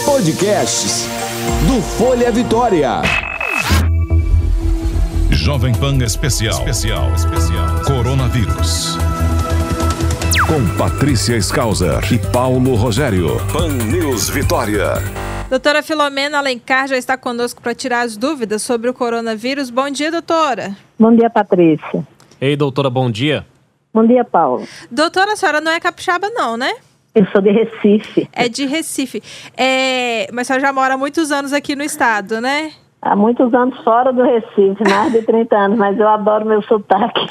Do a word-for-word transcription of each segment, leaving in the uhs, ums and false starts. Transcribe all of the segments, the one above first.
Podcasts do Folha Vitória. Jovem Pan Especial. Especial. Especial. Coronavírus. Com Patrícia Skauser e Paulo Rogério. Pan News Vitória. Doutora Filomena Alencar já está conosco para tirar as dúvidas sobre o coronavírus. Bom dia, doutora. Bom dia, Patrícia. Ei, doutora, bom dia. Bom dia, Paulo. Doutora, a senhora não é capixaba não, né? Eu sou de Recife. É de Recife. É... Mas a senhora já mora há muitos anos aqui no estado, né? Há muitos anos fora do Recife, mais de trinta anos, mas eu adoro meu sotaque.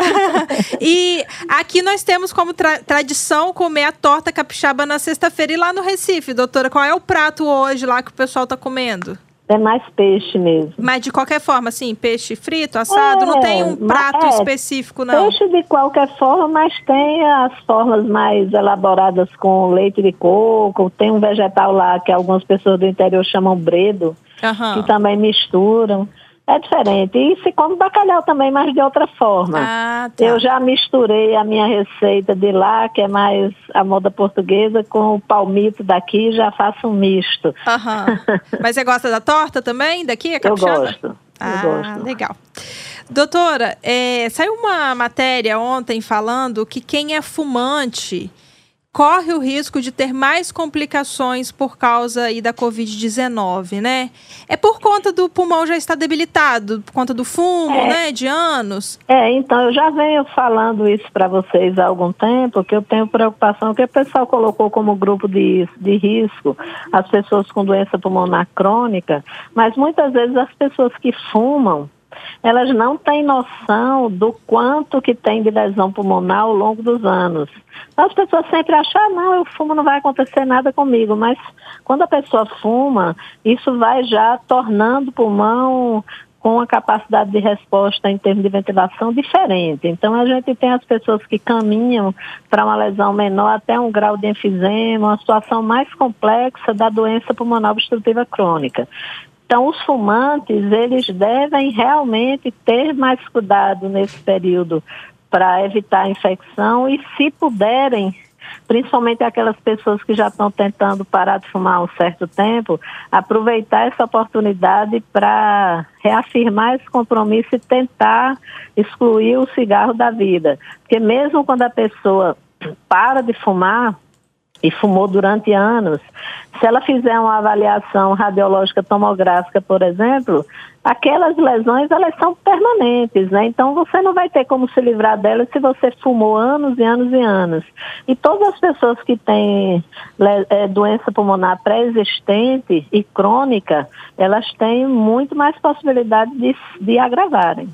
E aqui nós temos como tra- tradição comer a torta capixaba na sexta-feira. E lá no Recife, doutora, qual é o prato hoje lá que o pessoal está comendo? É mais peixe mesmo. Mas de qualquer forma, assim, peixe frito, assado, é, não tem um prato é, específico, não? Peixe de qualquer forma, mas tem as formas mais elaboradas com leite de coco. Tem um vegetal lá que algumas pessoas do interior chamam bredo, Uhum. que também misturam. É diferente. E se come bacalhau também, mas de outra forma. Ah, tá. Eu já misturei a minha receita de lá, que é mais a moda portuguesa, com o palmito daqui, já faço um misto. Uhum. Mas você gosta da torta também, daqui, a capixaba? Eu gosto. Ah, eu gosto. Legal. Doutora, é, saiu uma matéria ontem falando que quem é fumante corre o risco de ter mais complicações por causa aí da covid dezenove, né? É por conta do pulmão já estar debilitado, por conta do fumo, é. né, de anos? É, então, eu já venho falando isso para vocês há algum tempo, que eu tenho preocupação, que o pessoal colocou como grupo de, de risco as pessoas com doença pulmonar crônica, mas muitas vezes as pessoas que fumam, elas não têm noção do quanto que tem de lesão pulmonar ao longo dos anos. As pessoas sempre acham, ah, não, eu fumo, não vai acontecer nada comigo. Mas quando a pessoa fuma, isso vai já tornando o pulmão com uma capacidade de resposta em termos de ventilação diferente. Então, a gente tem as pessoas que caminham para uma lesão menor até um grau de enfisema, uma situação mais complexa da doença pulmonar obstrutiva crônica. Então, os fumantes, eles devem realmente ter mais cuidado nesse período para evitar a infecção e, se puderem, principalmente aquelas pessoas que já estão tentando parar de fumar há um certo tempo, aproveitar essa oportunidade para reafirmar esse compromisso e tentar excluir o cigarro da vida. Porque mesmo quando a pessoa para de fumar, e fumou durante anos, se ela fizer uma avaliação radiológica tomográfica, por exemplo, aquelas lesões, elas são permanentes, né? Então, você não vai ter como se livrar delas se você fumou anos e anos e anos. E todas as pessoas que têm é, doença pulmonar pré-existente e crônica, elas têm muito mais possibilidade de, de agravarem.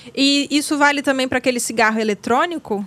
E isso vale também para aquele cigarro eletrônico?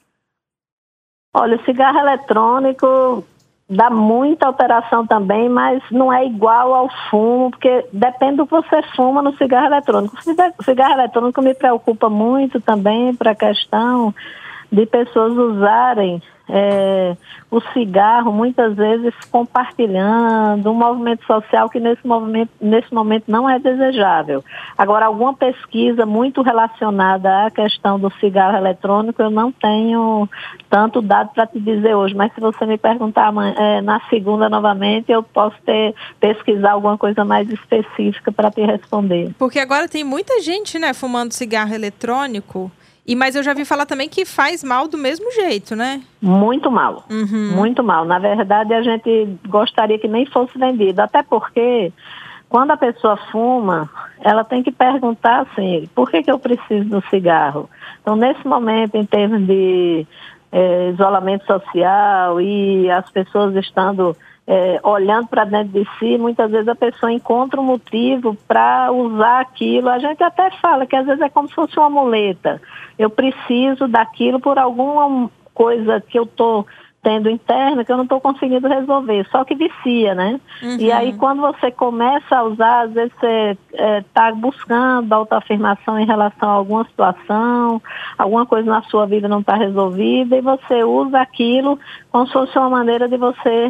Olha, o cigarro eletrônico dá muita alteração também, mas não é igual ao fumo, porque depende do que você fuma no cigarro eletrônico. O cigarro eletrônico me preocupa muito também para a questão de pessoas usarem é, o cigarro, muitas vezes compartilhando, um movimento social que nesse, movimento, nesse momento não é desejável. Agora, alguma pesquisa muito relacionada à questão do cigarro eletrônico, eu não tenho tanto dado para te dizer hoje, mas se você me perguntar é, na segunda novamente, eu posso ter, pesquisar alguma coisa mais específica para te responder. Porque agora tem muita gente, né, fumando cigarro eletrônico. E, mas eu já vi falar também que faz mal do mesmo jeito, né? Muito mal, uhum. muito mal. Na verdade, a gente gostaria que nem fosse vendido, até porque quando a pessoa fuma, ela tem que perguntar assim, por que que eu preciso do cigarro? Então, nesse momento, em termos de é, isolamento social e as pessoas estando é, olhando para dentro de si, muitas vezes a pessoa encontra um motivo para usar aquilo. A gente até fala que às vezes é como se fosse uma muleta. Eu preciso daquilo por alguma coisa que eu estou tendo interna que eu não estou conseguindo resolver, só que vicia, né? Uhum. E aí quando você começa a usar, às vezes você está é, buscando autoafirmação em relação a alguma situação, alguma coisa na sua vida não está resolvida e você usa aquilo como se fosse uma maneira de você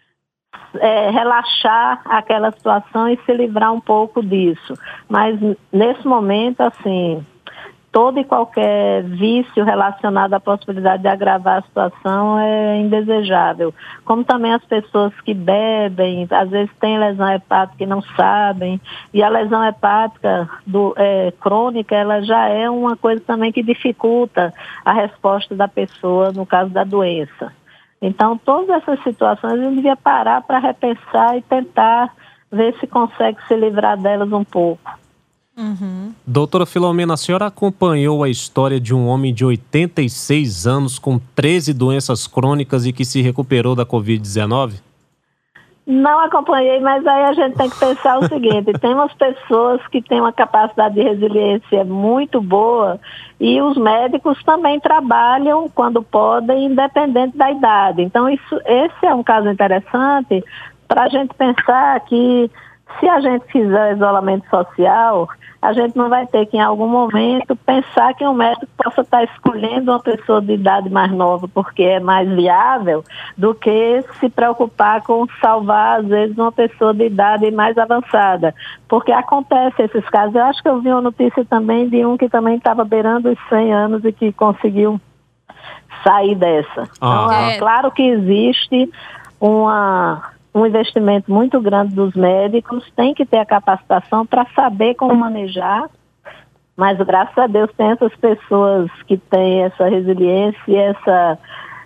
é, relaxar aquela situação e se livrar um pouco disso. Mas nesse momento, assim, todo e qualquer vício relacionado à possibilidade de agravar a situação é indesejável. Como também as pessoas que bebem, às vezes têm lesão hepática e não sabem, e a lesão hepática do, é, crônica, ela já é uma coisa também que dificulta a resposta da pessoa no caso da doença. Então, todas essas situações a gente devia parar para repensar e tentar ver se consegue se livrar delas um pouco. Uhum. Doutora Filomena, a senhora acompanhou a história de um homem de oitenta e seis anos com treze doenças crônicas e que se recuperou da covid dezenove? Não acompanhei, mas aí a gente tem que pensar o seguinte, tem umas pessoas que têm uma capacidade de resiliência muito boa e os médicos também trabalham quando podem, independente da idade. Então, isso, esse é um caso interessante para a gente pensar que se a gente fizer isolamento social, a gente não vai ter que, em algum momento, pensar que um médico possa estar escolhendo uma pessoa de idade mais nova porque é mais viável do que se preocupar com salvar, às vezes, uma pessoa de idade mais avançada. Porque acontece esses casos. Eu acho que eu vi uma notícia também de um que também estava beirando os cem anos e que conseguiu sair dessa. Ah, então, é claro que existe uma... um investimento muito grande dos médicos, tem que ter a capacitação para saber como manejar, mas graças a Deus tem essas pessoas que têm essa resiliência e essa,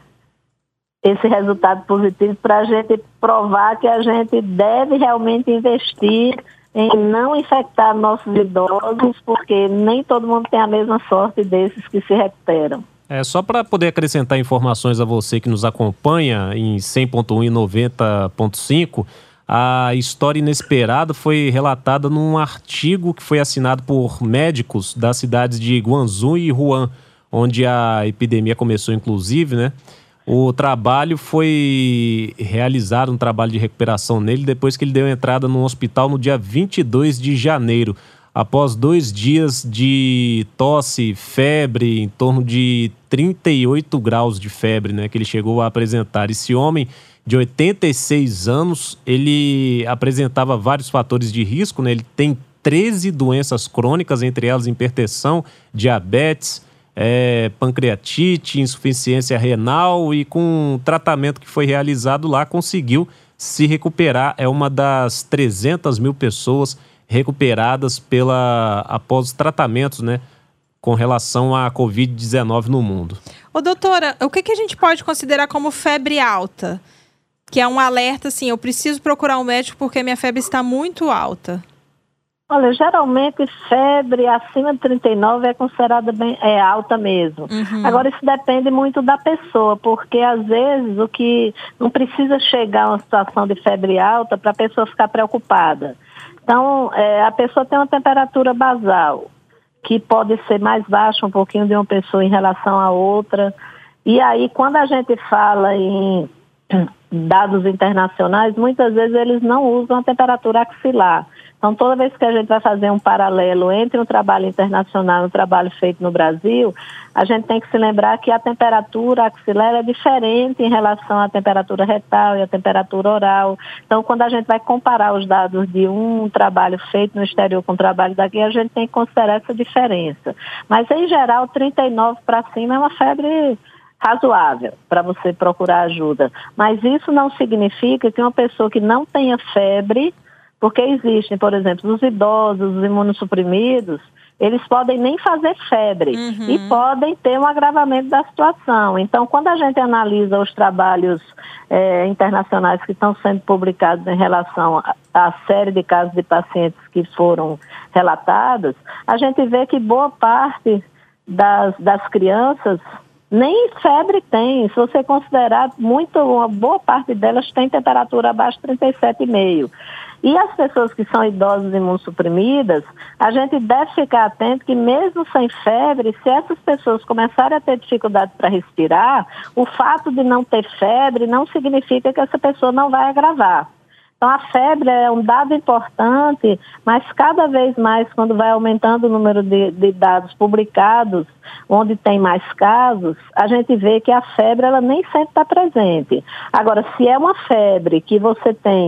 esse resultado positivo para a gente provar que a gente deve realmente investir em não infectar nossos idosos, porque nem todo mundo tem a mesma sorte desses que se recuperam. É, só para poder acrescentar informações a você que nos acompanha em cem ponto um e noventa ponto cinco, a história inesperada foi relatada num artigo que foi assinado por médicos das cidades de Guangzhou e Wuhan, onde a epidemia começou, inclusive, né? O trabalho foi realizado, um trabalho de recuperação nele, depois que ele deu entrada no hospital no dia vinte e dois de janeiro. Após dois dias de tosse, febre, em torno de trinta e oito graus de febre, né, que ele chegou a apresentar. Esse homem de oitenta e seis anos, ele apresentava vários fatores de risco, né? Ele tem treze doenças crônicas, entre elas hipertensão, diabetes, é, pancreatite, insuficiência renal, e com o tratamento que foi realizado lá, conseguiu se recuperar. É uma das trezentas mil pessoas recuperadas pela, após os tratamentos, né, com relação à covid dezenove no mundo. Ô, doutora, o que, que a gente pode considerar como febre alta? Que é um alerta, assim, eu preciso procurar um médico porque minha febre está muito alta. Olha, geralmente febre acima de trinta e nove é considerada bem, é alta mesmo. Uhum. Agora, isso depende muito da pessoa, porque às vezes o que não precisa chegar a uma situação de febre alta para a pessoa ficar preocupada. Então, é, a pessoa tem uma temperatura basal, que pode ser mais baixa um pouquinho de uma pessoa em relação à outra. E aí, quando a gente fala em dados internacionais, muitas vezes eles não usam a temperatura axilar. Então, toda vez que a gente vai fazer um paralelo entre um trabalho internacional e um trabalho feito no Brasil, a gente tem que se lembrar que a temperatura axilar é diferente em relação à temperatura retal e à temperatura oral. Então, quando a gente vai comparar os dados de um trabalho feito no exterior com o trabalho daqui, a gente tem que considerar essa diferença. Mas, em geral, trinta e nove para cima é uma febre razoável para você procurar ajuda. Mas isso não significa que uma pessoa que não tenha febre, porque existem, por exemplo, os idosos, os imunossuprimidos, eles podem nem fazer febre uhum. e podem ter um agravamento da situação. Então, quando a gente analisa os trabalhos é, internacionais que estão sendo publicados em relação à série de casos de pacientes que foram relatados, a gente vê que boa parte das, das crianças nem febre tem. Se você considerar, muito, uma boa parte delas tem temperatura abaixo de trinta e sete vírgula cinco. E as pessoas que são idosas e imunossuprimidas, a gente deve ficar atento que mesmo sem febre, se essas pessoas começarem a ter dificuldade para respirar, o fato de não ter febre não significa que essa pessoa não vai agravar. Então, a febre é um dado importante, mas cada vez mais, quando vai aumentando o número de, de dados publicados, onde tem mais casos, a gente vê que a febre ela nem sempre está presente. Agora, se é uma febre que você tem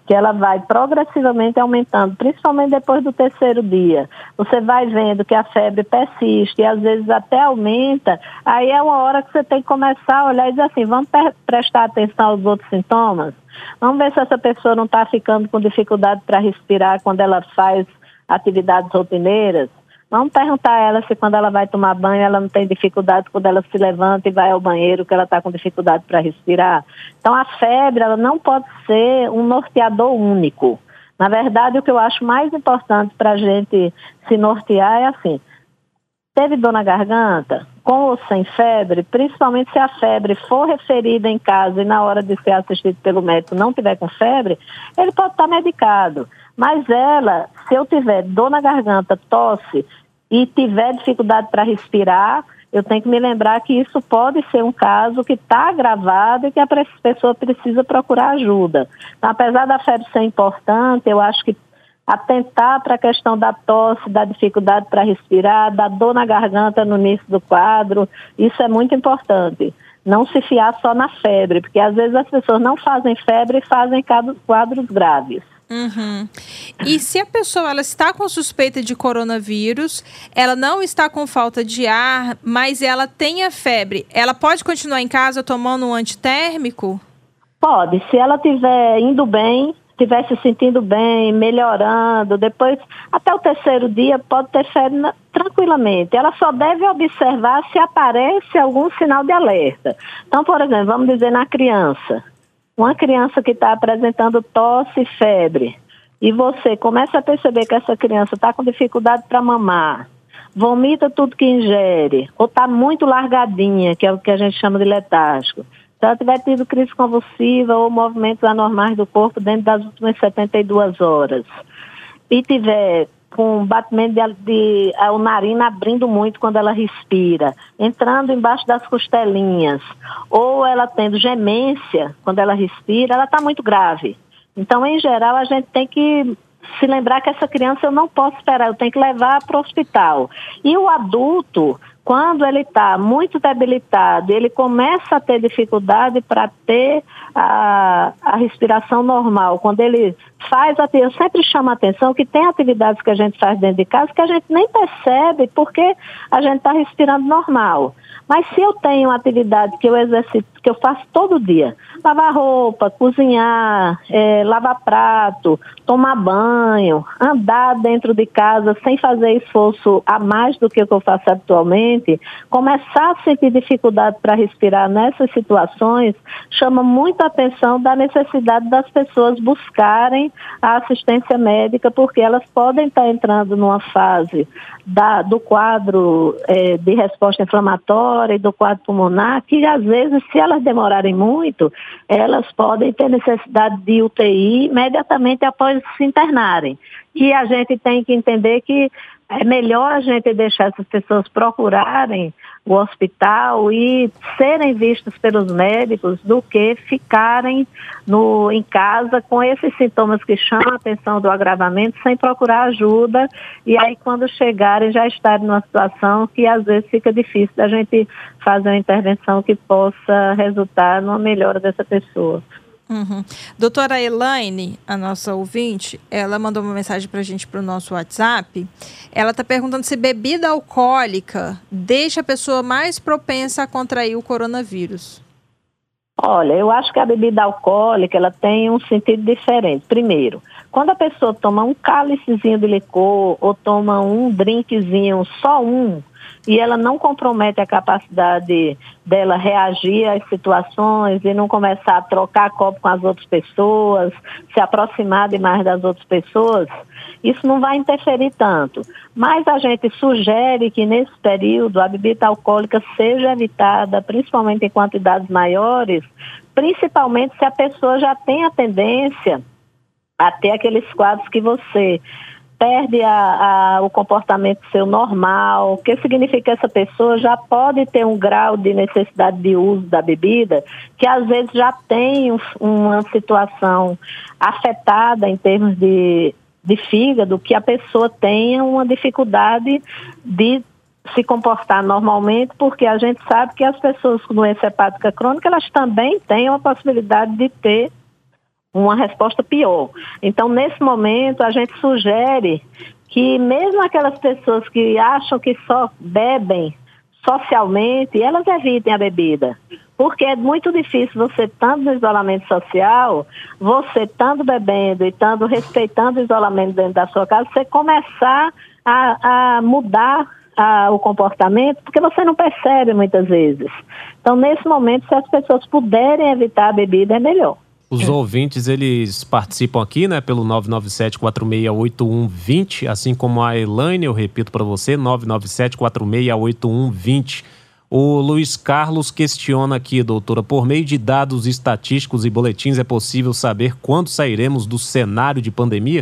que ela vai progressivamente aumentando, principalmente depois do terceiro dia. Você vai vendo que a febre persiste e às vezes até aumenta, aí é uma hora que você tem que começar a olhar e dizer assim, vamos pre- prestar atenção aos outros sintomas? Vamos ver se essa pessoa não está ficando com dificuldade para respirar quando ela faz atividades rotineiras? Vamos perguntar a ela se quando ela vai tomar banho, ela não tem dificuldade quando ela se levanta e vai ao banheiro, que ela está com dificuldade para respirar. Então, a febre, ela não pode ser um norteador único. Na verdade, o que eu acho mais importante para a gente se nortear é assim, teve dor na garganta, com ou sem febre, principalmente se a febre for referida em casa e na hora de ser assistido pelo médico não tiver com febre, ele pode estar medicado. Mas ela, se eu tiver dor na garganta, tosse e tiver dificuldade para respirar, eu tenho que me lembrar que isso pode ser um caso que está agravado e que a pessoa precisa procurar ajuda. Então, apesar da febre ser importante, eu acho que atentar para a questão da tosse, da dificuldade para respirar, da dor na garganta no início do quadro, isso é muito importante. Não se fiar só na febre, porque às vezes as pessoas não fazem febre e fazem quadros graves. Uhum. E se a pessoa ela está com suspeita de coronavírus, ela não está com falta de ar, mas ela tem a febre, ela pode continuar em casa tomando um antitérmico? Pode, se ela estiver indo bem, estiver se sentindo bem, melhorando, depois, até o terceiro dia, pode ter febre na, tranquilamente. Ela só deve observar se aparece algum sinal de alerta. Então, por exemplo, vamos dizer na criança, uma criança que está apresentando tosse e febre, e você começa a perceber que essa criança está com dificuldade para mamar, vomita tudo que ingere, ou está muito largadinha, que é o que a gente chama de letárgico. Se ela tiver tido crise convulsiva ou movimentos anormais do corpo dentro das últimas setenta e duas horas, e tiver com batimento de, de a, o narina abrindo muito quando ela respira, entrando embaixo das costelinhas, ou ela tendo gemência quando ela respira, ela está muito grave. Então, em geral, a gente tem que se lembrar que essa criança eu não posso esperar, eu tenho que levar para o hospital. E o adulto, quando ele está muito debilitado, ele começa a ter dificuldade para ter a, a respiração normal. Quando ele faz, eu sempre chamo a atenção que tem atividades que a gente faz dentro de casa que a gente nem percebe porque a gente está respirando normal. Mas se eu tenho uma atividade que eu exercito, que eu faço todo dia, lavar roupa, cozinhar, é, lavar prato, tomar banho, andar dentro de casa sem fazer esforço a mais do que o que eu faço atualmente, começar a sentir dificuldade para respirar nessas situações, chama muito a atenção da necessidade das pessoas buscarem a assistência médica, porque elas podem estar entrando numa fase da, do quadro é, de resposta inflamatória e do quadro pulmonar, que às vezes, se elas demorarem muito, elas podem ter necessidade de U T I imediatamente após se internarem. E a gente tem que entender que é melhor a gente deixar essas pessoas procurarem o hospital e serem vistas pelos médicos do que ficarem no, em casa com esses sintomas que chamam a atenção do agravamento sem procurar ajuda e aí quando chegarem já estarem numa situação que às vezes fica difícil da gente fazer uma intervenção que possa resultar numa melhora dessa pessoa. Uhum. Doutora Elaine, a nossa ouvinte, ela mandou uma mensagem para a gente para o nosso WhatsApp. Ela está perguntando se bebida alcoólica deixa a pessoa mais propensa a contrair o coronavírus. Olha, eu acho que a bebida alcoólica ela tem um sentido diferente. Primeiro, quando a pessoa toma um cálicezinho de licor ou toma um drinkzinho, só um, e ela não compromete a capacidade dela reagir às situações e não começar a trocar copo com as outras pessoas, se aproximar demais das outras pessoas, isso não vai interferir tanto. Mas a gente sugere que nesse período a bebida alcoólica seja evitada, principalmente em quantidades maiores, principalmente se a pessoa já tem a tendência a ter aqueles quadros que você perde a, a, o comportamento seu normal, o que significa que essa pessoa já pode ter um grau de necessidade de uso da bebida, que às vezes já tem um, uma situação afetada em termos de, de fígado, que a pessoa tenha uma dificuldade de se comportar normalmente, porque a gente sabe que as pessoas com doença hepática crônica, elas também têm uma possibilidade de ter uma resposta pior. Então, nesse momento, a gente sugere que mesmo aquelas pessoas que acham que só bebem socialmente, elas evitem a bebida. Porque é muito difícil você, estando no isolamento social, você estando bebendo e estando respeitando o isolamento dentro da sua casa, você começar a, a mudar a, o comportamento, porque você não percebe muitas vezes. Então, nesse momento, se as pessoas puderem evitar a bebida, é melhor. Os ouvintes, eles participam aqui, né, pelo nove nove sete, quatro seis oito um, dois zero, assim como a Elaine, eu repito para você, nove nove sete, quatro seis oito um, dois zero. O Luiz Carlos questiona aqui, doutora, por meio de dados estatísticos e boletins, é possível saber quando sairemos do cenário de pandemia?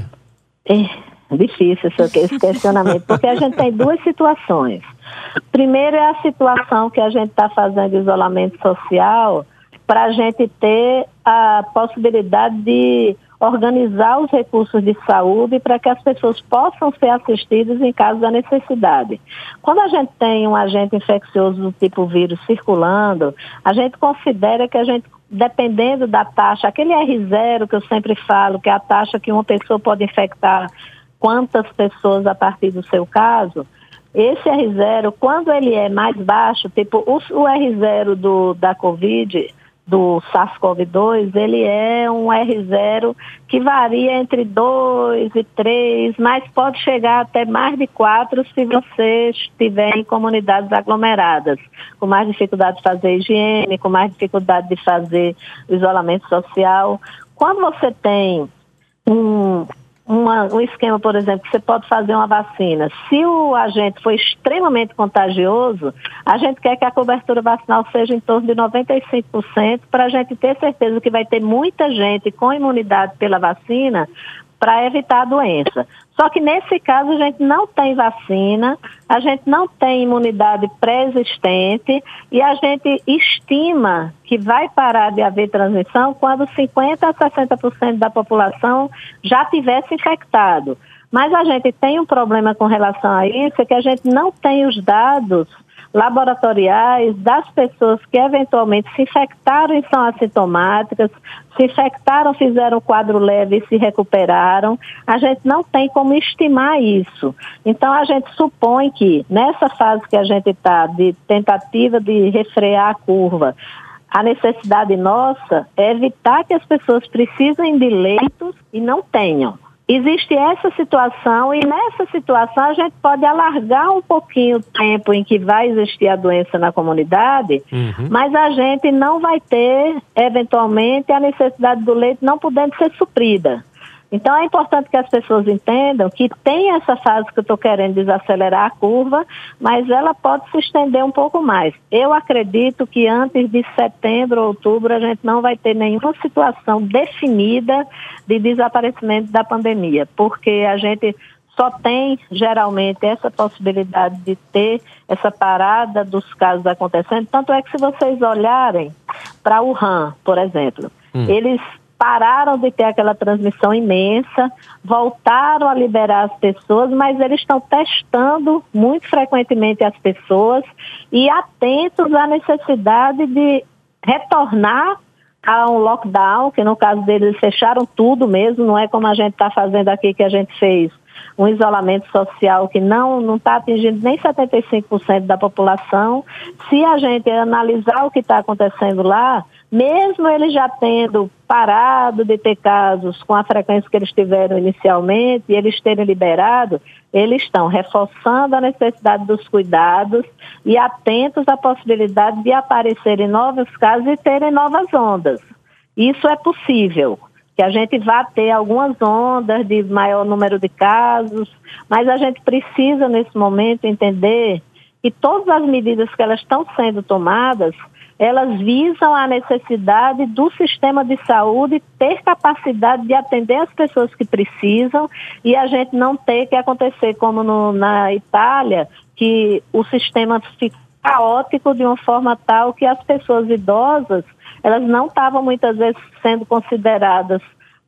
É difícil esse questionamento, porque a gente tem duas situações. Primeiro é a situação que a gente está fazendo de isolamento social, para a gente ter a possibilidade de organizar os recursos de saúde para que as pessoas possam ser assistidas em caso da necessidade. Quando a gente tem um agente infeccioso do tipo vírus circulando, a gente considera que a gente, dependendo da taxa, aquele R zero que eu sempre falo, que é a taxa que uma pessoa pode infectar quantas pessoas a partir do seu caso, esse R zero, quando ele é mais baixo, tipo o, o R zero do, da Covid, do SARS-CoV dois, ele é um R zero que varia entre dois e três, mas pode chegar até mais de quatro se você estiver em comunidades aglomeradas, com mais dificuldade de fazer higiene, com mais dificuldade de fazer isolamento social. Quando você tem um... Uma, um esquema, por exemplo, que você pode fazer uma vacina. Se o agente for extremamente contagioso, a gente quer que a cobertura vacinal seja em torno de noventa e cinco por cento para a gente ter certeza que vai ter muita gente com imunidade pela vacina para evitar a doença. Só que nesse caso a gente não tem vacina, a gente não tem imunidade pré-existente e a gente estima que vai parar de haver transmissão quando cinquenta a sessenta por cento da população já tivesse infectado. Mas a gente tem um problema com relação a isso, é que a gente não tem os dados laboratoriais das pessoas que eventualmente se infectaram e são assintomáticas, se infectaram, fizeram um quadro leve e se recuperaram. A gente não tem como estimar isso. Então, a gente supõe que nessa fase que a gente está de tentativa de refrear a curva, a necessidade nossa é evitar que as pessoas precisem de leitos e não tenham. Existe essa situação e nessa situação a gente pode alargar um pouquinho o tempo em que vai existir a doença na comunidade, uhum. mas a gente não vai ter, eventualmente, a necessidade do leito não podendo ser suprida. Então é importante que as pessoas entendam que tem essa fase que eu estou querendo desacelerar a curva, mas ela pode se estender um pouco mais. Eu acredito que antes de setembro ou outubro a gente não vai ter nenhuma situação definida de desaparecimento da pandemia, porque a gente só tem geralmente essa possibilidade de ter essa parada dos casos acontecendo. Tanto é que se vocês olharem para o Wuhan, por exemplo, hum. eles pararam de ter aquela transmissão imensa, voltaram a liberar as pessoas, mas eles estão testando muito frequentemente as pessoas e atentos à necessidade de retornar a um lockdown, que no caso deles fecharam tudo mesmo, não é como a gente está fazendo aqui, que a gente fez um isolamento social que não está atingindo nem setenta e cinco por cento da população. Se a gente analisar o que está acontecendo lá, mesmo eles já tendo parado de ter casos com a frequência que eles tiveram inicialmente e eles terem liberado, eles estão reforçando a necessidade dos cuidados e atentos à possibilidade de aparecerem novos casos e terem novas ondas. Isso é possível, que a gente vá ter algumas ondas de maior número de casos, mas a gente precisa, nesse momento, entender que todas as medidas que elas estão sendo tomadas, elas visam a necessidade do sistema de saúde ter capacidade de atender as pessoas que precisam e a gente não ter que acontecer como no, na Itália, que o sistema fica caótico de uma forma tal que as pessoas idosas, elas não estavam muitas vezes sendo consideradas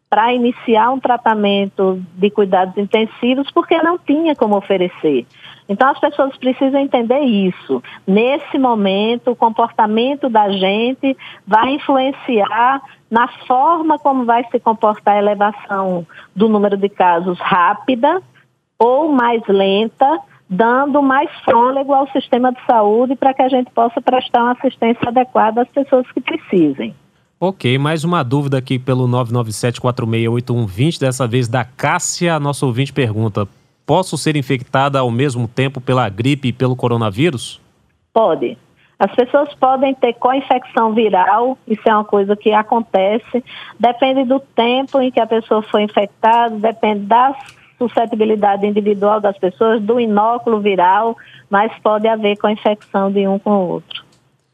para iniciar um tratamento de cuidados intensivos, porque não tinha como oferecer. Então, as pessoas precisam entender isso. Nesse momento, o comportamento da gente vai influenciar na forma como vai se comportar a elevação do número de casos rápida ou mais lenta, dando mais fôlego ao sistema de saúde para que a gente possa prestar uma assistência adequada às pessoas que precisem. Ok, mais uma dúvida aqui pelo nove nove sete, quatro seis oito um dois zero, dessa vez da Cássia. A nossa ouvinte pergunta: posso ser infectada ao mesmo tempo pela gripe e pelo coronavírus? Pode. As pessoas podem ter co-infecção viral, isso é uma coisa que acontece, depende do tempo em que a pessoa foi infectada, depende da suscetibilidade individual das pessoas, do inóculo viral, mas pode haver co-infecção de um com o outro.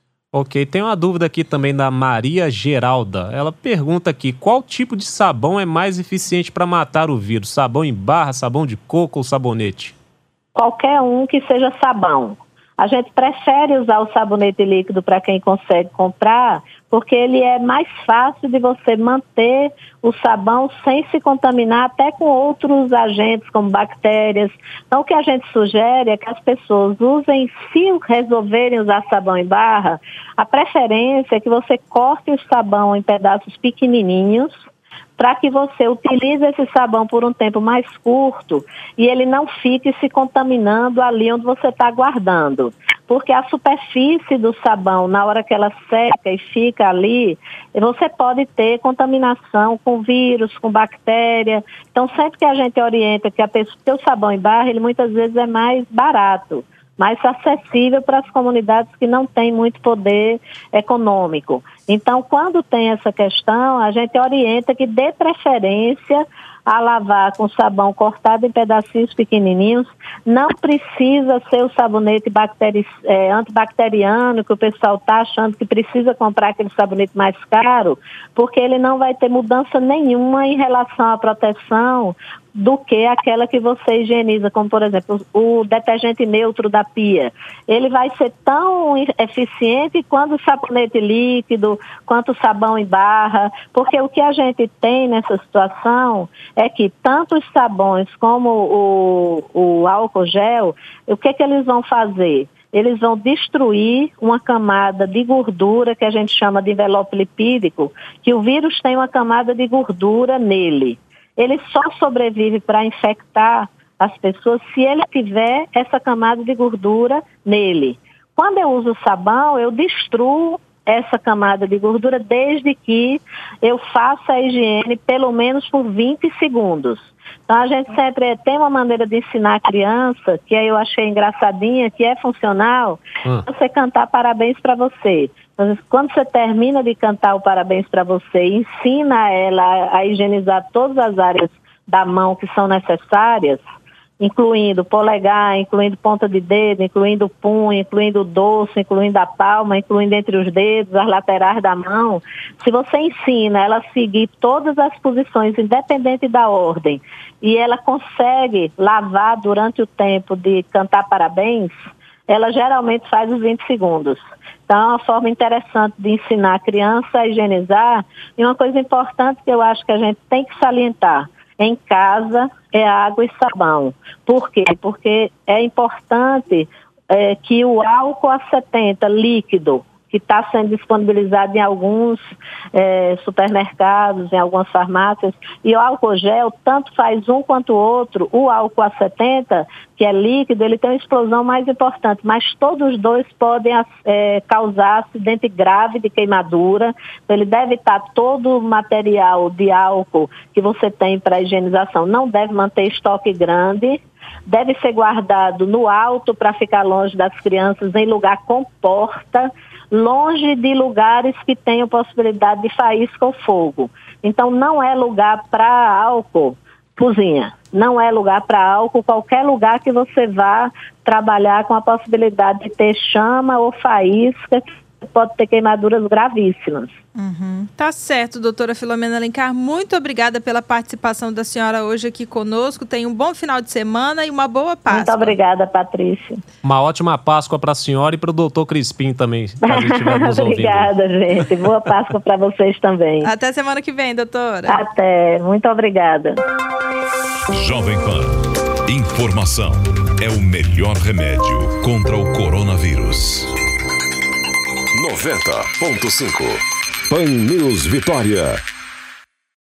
Ok, tem uma dúvida aqui também da Maria Geralda. Ela pergunta aqui: qual tipo de sabão é mais eficiente para matar o vírus? Sabão em barra, sabão de coco ou sabonete? Qualquer um que seja sabão. A gente prefere usar o sabonete líquido para quem consegue comprar, porque ele é mais fácil de você manter o sabão sem se contaminar até com outros agentes, como bactérias. Então, o que a gente sugere é que as pessoas usem, se resolverem usar sabão em barra, a preferência é que você corte o sabão em pedaços pequenininhos, para que você utilize esse sabão por um tempo mais curto e ele não fique se contaminando ali onde você está guardando. Porque a superfície do sabão, na hora que ela seca e fica ali, você pode ter contaminação com vírus, com bactéria. Então, sempre que a gente orienta que a pessoa, que o sabão em barra, ele muitas vezes é mais barato, mais acessível para as comunidades que não têm muito poder econômico. Então, quando tem essa questão, a gente orienta que dê preferência a lavar com sabão cortado em pedacinhos pequenininhos. Não precisa ser o sabonete bacteri- é, antibacteriano, que o pessoal está achando que precisa comprar aquele sabonete mais caro, porque ele não vai ter mudança nenhuma em relação à proteção do que aquela que você higieniza, como, por exemplo, o detergente neutro da pia. Ele vai ser tão eficiente quanto o sabonete líquido, quanto o sabão em barra, porque o que a gente tem nessa situação é que tanto os sabões como o, o álcool gel, o que, que eles vão fazer? Eles vão destruir uma camada de gordura que a gente chama de envelope lipídico, que o vírus tem uma camada de gordura nele. Ele só sobrevive para infectar as pessoas se ele tiver essa camada de gordura nele. Quando eu uso sabão, eu destruo essa camada de gordura desde que eu faça a higiene pelo menos por vinte segundos. Então, a gente sempre tem uma maneira de ensinar a criança, que eu achei engraçadinha, que é funcional, hum. você cantar parabéns para você. Então, quando você termina de cantar o parabéns para você, ensina ela a, a higienizar todas as áreas da mão que são necessárias, incluindo polegar, incluindo ponta de dedo, incluindo o punho, incluindo o dorso, incluindo a palma, incluindo entre os dedos, as laterais da mão. Se você ensina ela a seguir todas as posições, independente da ordem, e ela consegue lavar durante o tempo de cantar parabéns, ela geralmente faz os vinte segundos. Então, é uma forma interessante de ensinar a criança a higienizar. E uma coisa importante que eu acho que a gente tem que salientar: em casa é água e sabão. Por quê? Porque é importante é, que o álcool a setenta líquido, que está sendo disponibilizado em alguns é, supermercados, em algumas farmácias, e o álcool gel, tanto faz um quanto o outro. O álcool a setenta, que é líquido, ele tem uma explosão mais importante, mas todos os dois podem é, causar acidente grave de queimadura. Então, ele deve estar todo o material de álcool que você tem para higienização, não deve manter estoque grande, deve ser guardado no alto para ficar longe das crianças, em lugar com porta, longe de lugares que tenham possibilidade de faísca ou fogo. Então, não é lugar para álcool, cozinha. Não é lugar para álcool, qualquer lugar que você vá trabalhar com a possibilidade de ter chama ou faísca, pode ter queimaduras gravíssimas. Uhum. Tá certo, doutora Filomena Alencar, muito obrigada pela participação da senhora hoje aqui conosco. Tenha um bom final de semana e uma boa Páscoa. Muito obrigada, Patrícia. Uma ótima Páscoa para a senhora e para o doutor Crispim também, caso estiver nos ouvindo. Obrigada, gente. Boa Páscoa para vocês também. Até semana que vem, doutora. Até. Muito obrigada. Jovem Pan. Informação é o melhor remédio contra o coronavírus. noventa ponto cinco. Pan News Vitória.